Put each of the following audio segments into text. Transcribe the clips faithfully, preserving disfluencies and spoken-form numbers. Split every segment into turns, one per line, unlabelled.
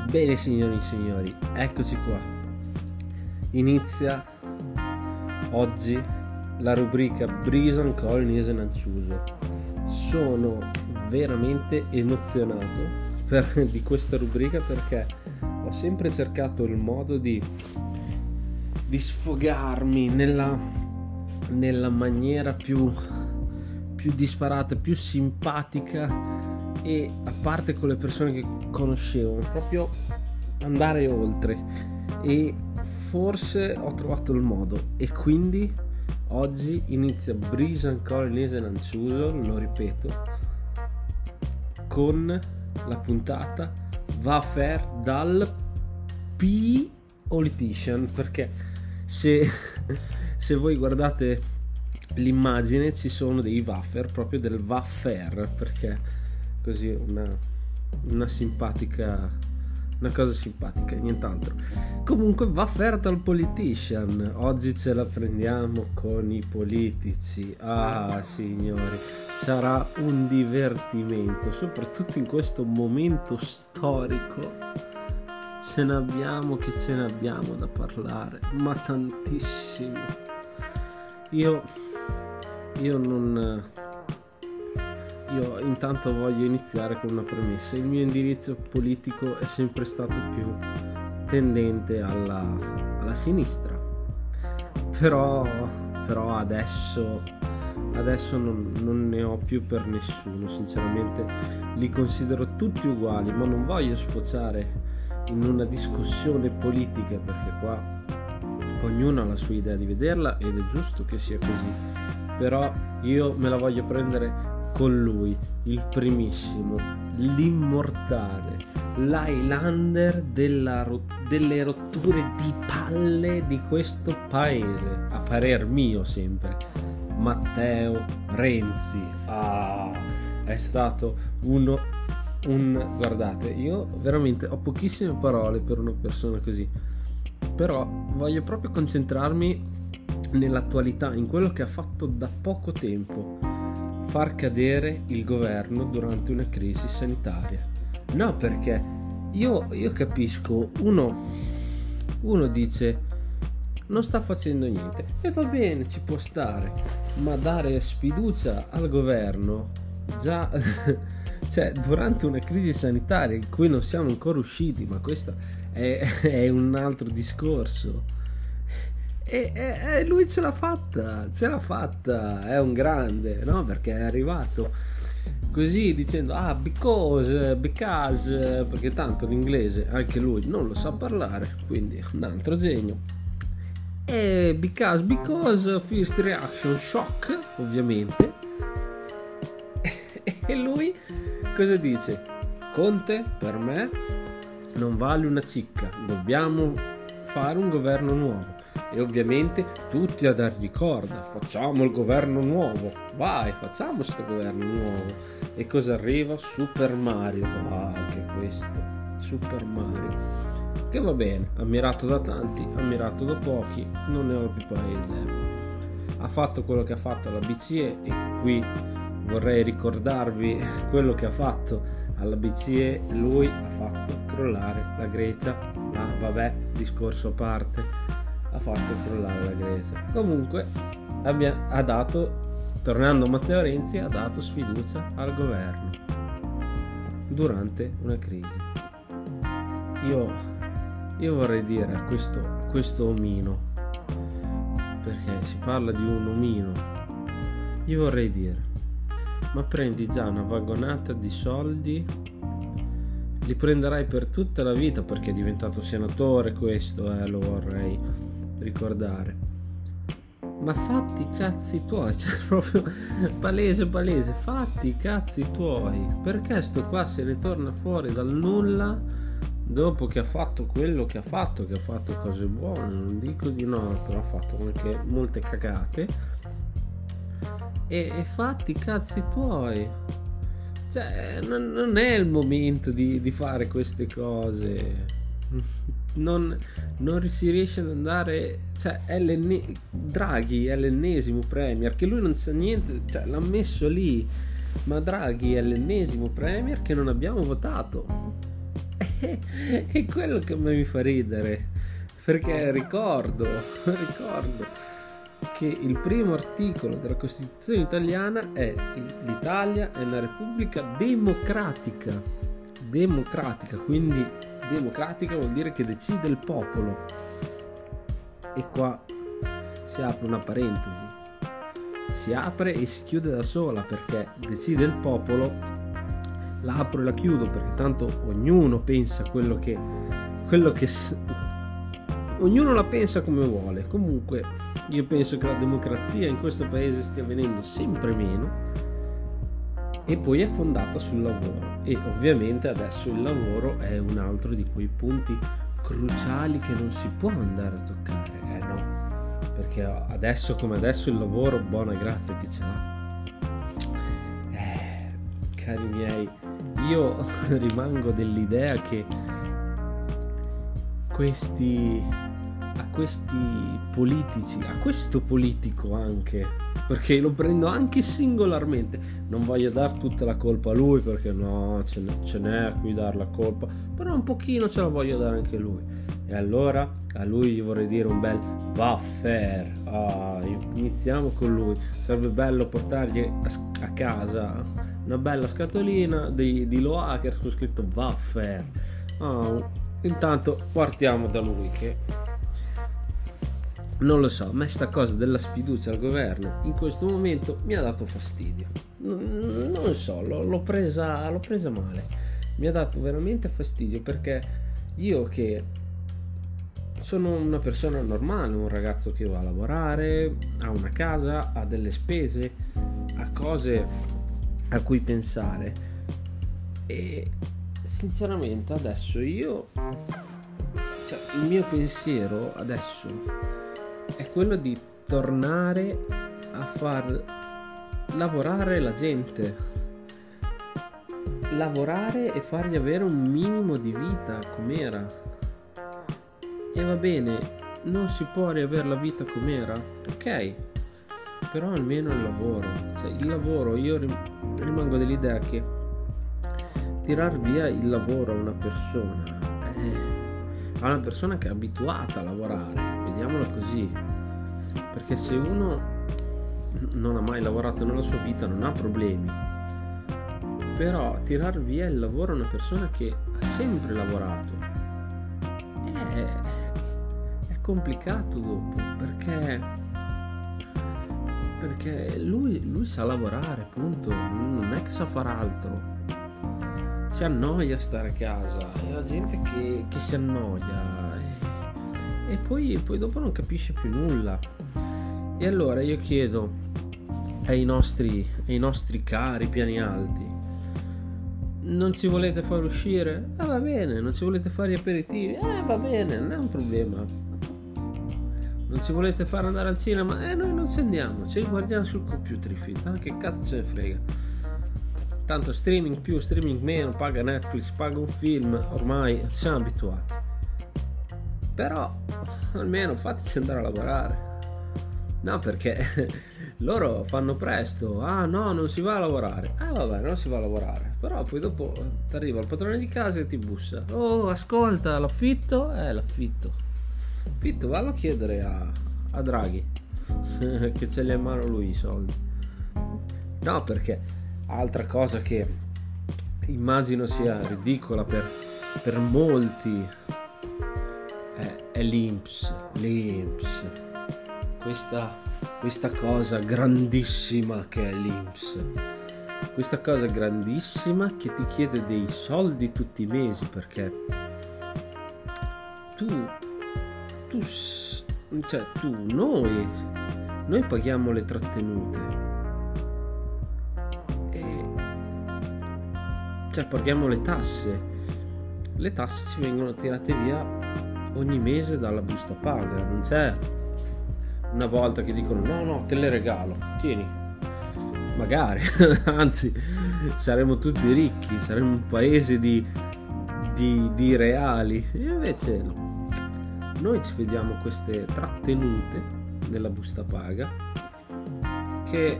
Bene signori e signori, eccoci qua. Inizia oggi la rubrica Brison Colnese Nanciuso. Sono veramente emozionato per, di questa rubrica perché ho sempre cercato il modo di, di sfogarmi nella, nella maniera più, più disparata, più simpatica, e a parte con le persone che conoscevo, proprio andare oltre, e forse ho trovato il modo, e quindi oggi inizia Brison Colnese Nanciuso, lo ripeto, con la puntata Waffer dal P-Politician, perché se, se voi guardate l'immagine ci sono dei Waffer, proprio del Waffer, perché così una, una simpatica, una cosa simpatica, nient'altro. Comunque Waffer dal Politician, oggi ce la prendiamo con i politici. Ah signori, sarà un divertimento, soprattutto in questo momento storico. Ce ne abbiamo che ce ne abbiamo da parlare, ma tantissimo. Io io non Io intanto voglio iniziare con una premessa. Il mio indirizzo politico è sempre stato più tendente alla, alla sinistra, però, però adesso, adesso non, non ne ho più per nessuno. Sinceramente li considero tutti uguali, ma non voglio sfociare in una discussione politica, perché qua ognuno ha la sua idea di vederla ed è giusto che sia così, però io me la voglio prendere con lui, il primissimo, l'immortale, l'Highlander della, delle rotture di palle di questo paese, a parer mio sempre, Matteo Renzi. Ah, è stato uno, un, guardate, io veramente ho pochissime parole per una persona così, però voglio proprio concentrarmi nell'attualità, in quello che ha fatto da poco tempo: far cadere il governo durante una crisi sanitaria. No, perché io, io capisco, uno, uno dice non sta facendo niente e va bene, ci può stare, ma dare sfiducia al governo già cioè durante una crisi sanitaria in cui non siamo ancora usciti, ma questo è, è un altro discorso. E, e, e lui ce l'ha fatta, ce l'ha fatta, è un grande, no? Perché è arrivato così dicendo ah because, because, perché tanto l'inglese anche lui non lo sa parlare, quindi un altro genio. E because, because, first reaction shock, ovviamente. E lui cosa dice? Conte per me non vale una cicca, dobbiamo fare un governo nuovo. E ovviamente tutti a dargli corda, facciamo il governo nuovo, vai, facciamo sto governo nuovo. E cosa arriva? Super Mario. Ah, anche questo, Super Mario, che va bene, ammirato da tanti, ammirato da pochi, non ne ho la più pallida idea. Ha fatto quello che ha fatto alla B C E, e qui vorrei ricordarvi quello che ha fatto alla B C E. Lui ha fatto crollare la Grecia, ma vabbè, discorso a parte, ha fatto crollare la Grecia. Comunque abbia, ha dato, tornando a Matteo Renzi, ha dato sfiducia al governo durante una crisi. Io, io vorrei dire a questo, questo omino, perché si parla di un omino, io vorrei dire: ma prendi già una vagonata di soldi, li prenderai per tutta la vita, perché è diventato senatore, questo eh, lo vorrei ricordare, ma fatti i cazzi tuoi, cioè proprio palese palese, fatti i cazzi tuoi, perché sto qua se ne torna fuori dal nulla dopo che ha fatto quello che ha fatto, che ha fatto cose buone, non dico di no, però ha fatto anche molte cagate, e, e fatti i cazzi tuoi, cioè non, non è il momento di, di fare queste cose. Non, non si riesce ad andare, cioè è Draghi è l'ennesimo premier, che lui non sa niente, cioè l'ha messo lì, ma Draghi è l'ennesimo premier che non abbiamo votato. è quello che mi fa ridere, perché ricordo ricordo che il primo articolo della Costituzione italiana è: l'Italia è una repubblica democratica democratica quindi democratica vuol dire che decide il popolo. E qua si apre una parentesi, si apre e si chiude da sola, perché decide il popolo, la apro e la chiudo perché tanto ognuno pensa quello che quello che ognuno la pensa come vuole. Comunque io penso che la democrazia in questo paese stia venendo sempre meno, e poi è fondata sul lavoro, e ovviamente adesso il lavoro è un altro di quei punti cruciali che non si può andare a toccare, eh no, perché adesso come adesso il lavoro, buona grazia che ce l'ha. Eh, cari miei, io rimango dell'idea che questi a questi politici, a questo politico anche, perché lo prendo anche singolarmente, non voglio dar tutta la colpa a lui, perché no, ce n'è, ce n'è a cui dar la colpa, però un pochino ce la voglio dare anche a lui. E allora a lui gli vorrei dire un bel vaffer. Ah, iniziamo con lui. Sarebbe bello portargli a, a casa una bella scatolina di, di Loacker con scritto vaffer. Ah, intanto partiamo da lui, che non lo so, a me sta cosa della sfiducia al governo in questo momento mi ha dato fastidio. Non, non lo so, l'ho, l'ho presa l'ho presa male. Mi ha dato veramente fastidio, perché io che sono una persona normale, un ragazzo che va a lavorare, ha una casa, ha delle spese, ha cose a cui pensare, e sinceramente adesso io, cioè il mio pensiero adesso è quello di tornare a far lavorare la gente, lavorare e fargli avere un minimo di vita com'era. E va bene, non si può riavere la vita com'era, ok, però almeno il lavoro, cioè il lavoro, io rimango dell'idea che tirar via il lavoro a una persona, eh, a una persona che è abituata a lavorare, vediamola così, perché se uno non ha mai lavorato nella sua vita non ha problemi, però tirar via il lavoro a una persona che ha sempre lavorato è, è complicato dopo, perché perché lui, lui sa lavorare, punto, non è che sa far altro, si annoia a stare a casa, è la gente che, che si annoia e, e poi, poi dopo non capisce più nulla. E allora io chiedo ai nostri, ai nostri cari piani alti: non ci volete far uscire? Ah, va bene. Non ci volete fare gli aperitivi? Eh, va bene, non è un problema. Non ci volete far andare al cinema? Eh, noi non ci andiamo, ci guardiamo sul computer i film. Ah, che cazzo ce ne frega. Tanto streaming più, streaming meno, paga Netflix, paga un film, ormai ci siamo abituati. Però almeno fateci andare a lavorare. No, perché loro fanno presto. Ah no, non si va a lavorare. Ah vabbè, non si va a lavorare. Però poi dopo ti arriva il padrone di casa e ti bussa: oh, ascolta, l'affitto? Eh, l'affitto Affitto, vallo a chiedere a, a Draghi che ce li ha in mano lui i soldi. No, perché altra cosa che immagino sia ridicola per, per molti è, è l'I N P S. L'I N P S, questa, questa cosa grandissima che è l'I N P S, questa cosa grandissima che ti chiede dei soldi tutti i mesi, perché tu tu cioè tu noi noi paghiamo le trattenute, e cioè paghiamo le tasse le tasse ci vengono tirate via ogni mese dalla busta paga. Non c'è una volta che dicono no no te le regalo, tieni, magari anzi saremo tutti ricchi, saremo un paese di di, di reali, e invece no. Noi ci vediamo queste trattenute nella busta paga che,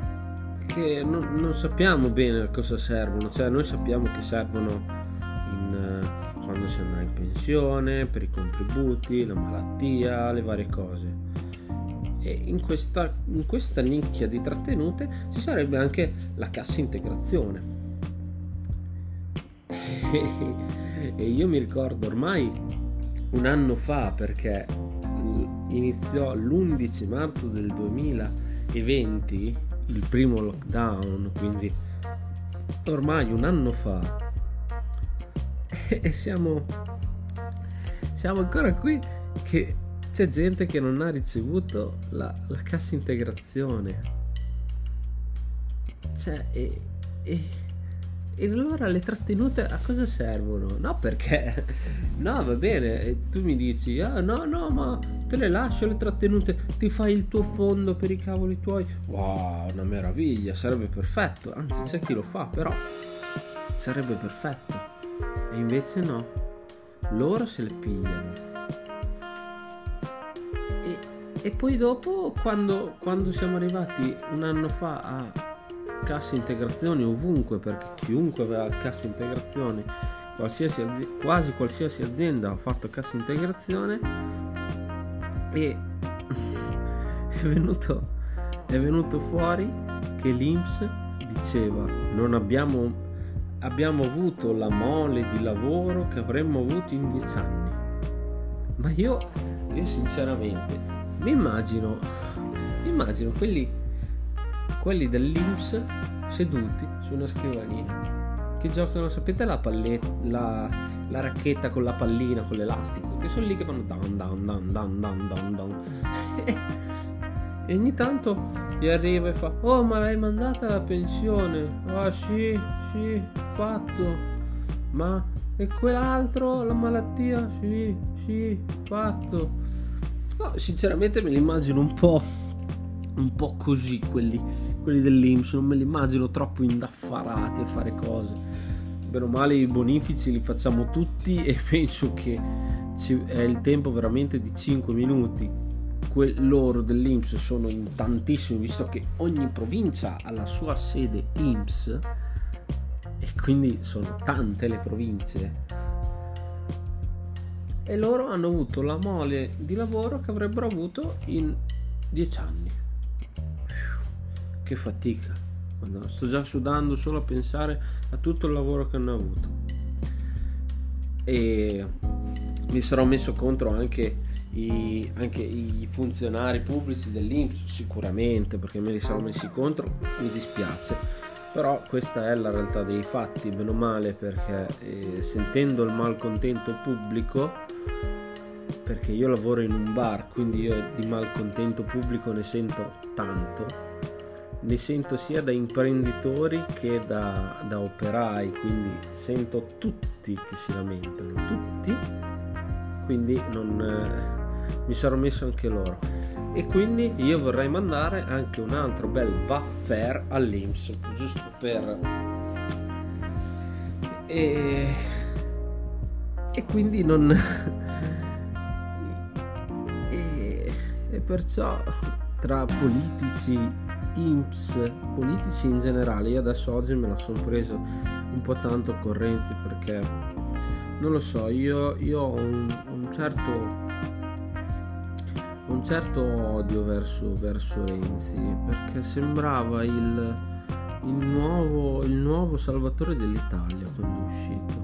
che non, non sappiamo bene a cosa servono. Cioè noi sappiamo che servono in, eh, quando si andrà in pensione, per i contributi, la malattia, le varie cose. E in questa, in questa nicchia di trattenute ci sarebbe anche la cassa integrazione. E io mi ricordo ormai un anno fa, perché iniziò l'undici marzo del duemilaventi il primo lockdown, quindi ormai un anno fa, e siamo siamo ancora qui che c'è gente che non ha ricevuto la, la cassa integrazione, cioè e, e, e allora le trattenute a cosa servono? No, perché no, va bene, e tu mi dici ah no no ma te le lascio le trattenute, ti fai il tuo fondo per i cavoli tuoi, wow, una meraviglia, sarebbe perfetto, anzi c'è chi lo fa, però sarebbe perfetto, e invece no, loro se le pigliano. E, e poi dopo, quando, quando siamo arrivati un anno fa a cassa integrazione ovunque, perché chiunque aveva cassa integrazione, qualsiasi azi- quasi qualsiasi azienda ha fatto cassa integrazione, e è venuto è venuto fuori che l'I N P S diceva non abbiamo abbiamo avuto la mole di lavoro che avremmo avuto in dieci anni. Ma io io sinceramente mi immagino mi immagino quelli quelli dell'I N P S seduti su una scrivania che giocano, sapete, la palletta, la, la racchetta con la pallina, con l'elastico, che sono lì che fanno down down down down down down down e ogni tanto gli arriva e fa oh ma l'hai mandata la pensione? Ah sì sì fatto. Ma e quell'altro, la malattia? Sì sì fatto. No, sinceramente me li immagino un po' un po' così quelli quelli dell'I N P S, non me li immagino troppo indaffarati a fare cose. Bene o male i bonifici li facciamo tutti e penso che ci è il tempo veramente di cinque minuti. Que- loro dell'I N P S sono in tantissimi, visto che ogni provincia ha la sua sede I N P S e quindi sono tante le province, e loro hanno avuto la mole di lavoro che avrebbero avuto in dieci anni. Che fatica, Madonna, sto già sudando solo a pensare a tutto il lavoro che hanno avuto. E mi sarò messo contro anche i, anche i funzionari pubblici dell'I N P S, sicuramente, perché me li sarò messi contro, mi dispiace, però questa è la realtà dei fatti, bene o male, perché eh, sentendo il malcontento pubblico, perché io lavoro in un bar, quindi io di malcontento pubblico ne sento tanto, ne sento sia da imprenditori che da, da operai, quindi sento tutti che si lamentano, tutti, quindi non eh, mi sarò messo anche loro, e quindi io vorrei mandare anche un altro bel vaffer all'I N P S, giusto per e, e quindi non e, e perciò tra politici, I N P S, politici in generale, io adesso oggi me la sono preso un po' tanto con Renzi, perché non lo so, io, io ho un, un certo un certo odio verso, verso Renzi, perché sembrava il, il nuovo il nuovo salvatore dell'Italia quando è uscito,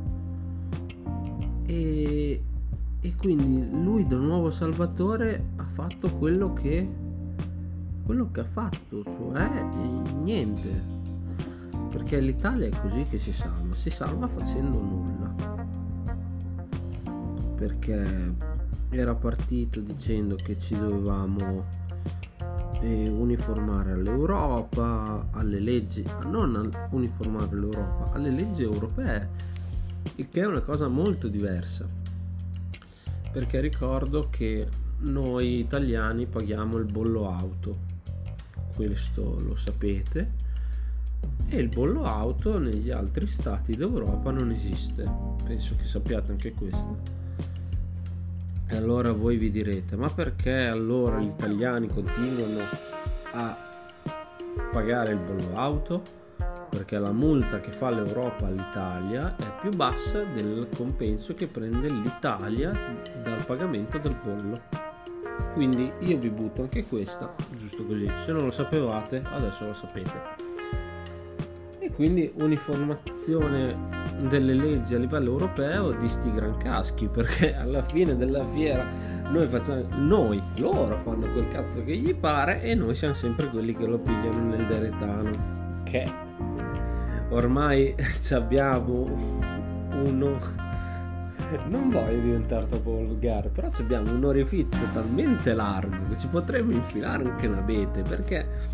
e, e quindi lui da nuovo salvatore ha fatto quello che quello che ha fatto, cioè niente, perché l'Italia è così che si salva, si salva facendo nulla, perché era partito dicendo che ci dovevamo eh, uniformare all'Europa, alle leggi, non al, uniformare all'Europa, alle leggi europee, il che è una cosa molto diversa, perché ricordo che noi italiani paghiamo il bollo auto, questo lo sapete, e il bollo auto negli altri stati d'Europa non esiste, penso che sappiate anche questo. E allora voi vi direte, ma perché allora gli italiani continuano a pagare il bollo auto? perché la multa che fa l'Europa all'Italia è più bassa del compenso che prende l'Italia dal pagamento del bollo. Quindi io vi butto anche questa, giusto così, se non lo sapevate adesso lo sapete. E quindi uniformazione delle leggi a livello europeo di sti gran caschi, perché alla fine della fiera noi facciamo, noi, loro fanno quel cazzo che gli pare e noi siamo sempre quelli che lo pigliano nel deretano, che ormai ci abbiamo uno, non voglio diventare troppo volgare, però ci abbiamo un orifizio talmente largo che ci potremmo infilare anche un abete, perché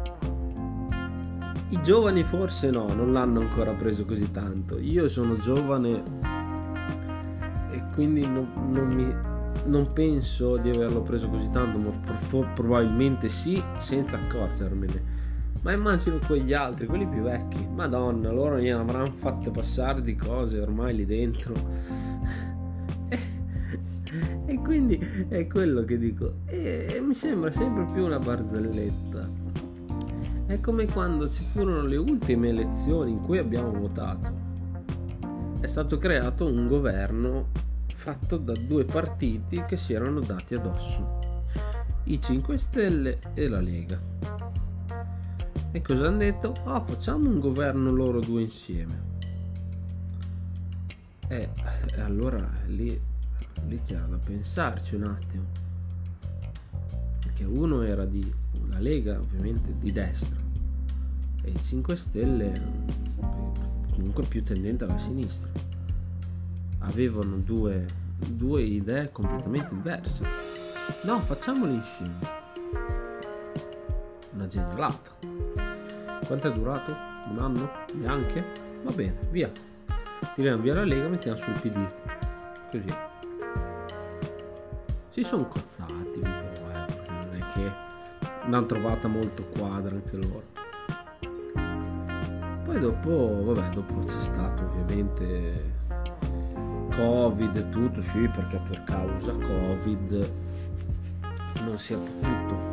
i giovani forse no, non l'hanno ancora preso così tanto. Io sono giovane e quindi non, non, mi, non penso di averlo preso così tanto, ma pro- probabilmente sì, senza accorgermene. Ma immagino quegli altri, quelli più vecchi, madonna, loro ne avranno fatte passare di cose ormai lì dentro. e, e quindi è quello che dico. E, e mi sembra sempre più una barzelletta. È come quando ci furono le ultime elezioni in cui abbiamo votato. È stato creato un governo fatto da due partiti che si erano dati addosso, i cinque Stelle e la Lega. E cosa hanno detto? Oh, facciamo un governo loro due insieme. E, e allora lì, lì c'era da pensarci un attimo. Perché uno era di la Lega, ovviamente di destra, e i cinque Stelle comunque più tendente alla sinistra. Avevano due, due idee completamente diverse. No, facciamoli insieme. Una genialata. Quanto è durato? Un anno? Neanche? Va bene, via. Tiriamo via la Lega, mettiamo sul P D. Così. Si sono cozzati un po', eh, perché non è che l'hanno trovata molto quadra anche loro. Poi dopo, vabbè, dopo c'è stato ovviamente Covid e tutto, sì, perché per causa Covid non si è potuto.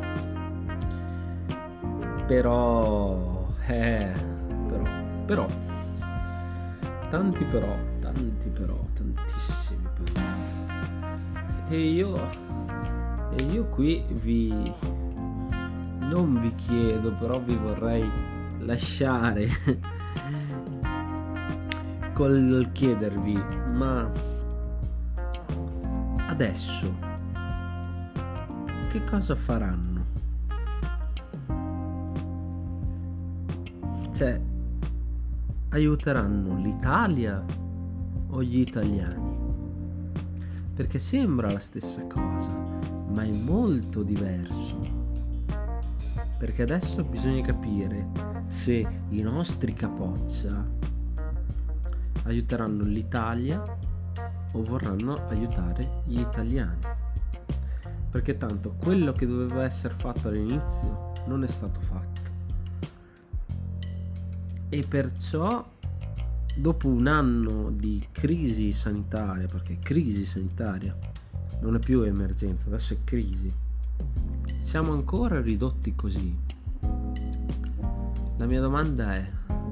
Però, eh, però, però, tanti però, tanti però, tantissimi però. E io, e io qui vi, non vi chiedo, però vi vorrei lasciare col chiedervi, ma adesso che cosa faranno? Cioè, aiuteranno l'Italia o gli italiani? Perché sembra la stessa cosa, ma è molto diverso. Perché adesso bisogna capire se i nostri capoccia aiuteranno l'Italia o vorranno aiutare gli italiani. Perché tanto quello che doveva essere fatto all'inizio non è stato fatto. E perciò dopo un anno di crisi sanitaria, perché crisi sanitaria non è più emergenza, adesso è crisi, siamo ancora ridotti così. La mia domanda è: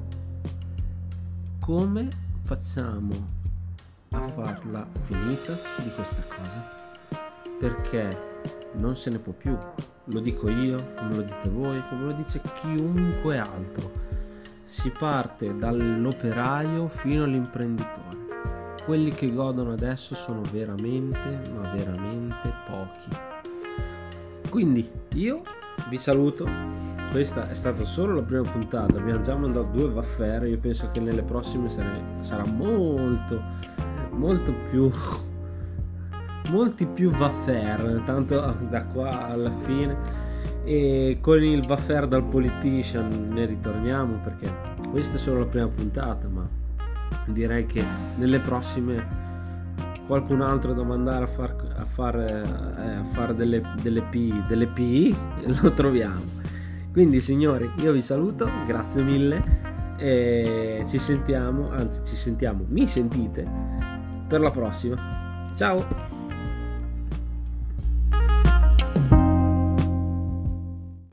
come facciamo a farla finita di questa cosa? Perché non se ne può più. Lo dico io, come lo dite voi, come lo dice chiunque altro. Si parte dall'operaio fino all'imprenditore. Quelli che godono adesso sono veramente, ma veramente pochi. Quindi io vi saluto. Questa è stata solo la prima puntata. Abbiamo già mandato due waffere. Io penso che nelle prossime sarà molto, molto più, molti più waffer. Tanto da qua alla fine. E con il waffer dal politician ne ritorniamo, perché questa è solo la prima puntata, ma direi che nelle prossime qualcun altro da mandare a far a fare eh, a fare delle delle P delle P lo troviamo. Quindi signori, io vi saluto, grazie mille e ci sentiamo, anzi ci sentiamo, mi sentite per la prossima. Ciao.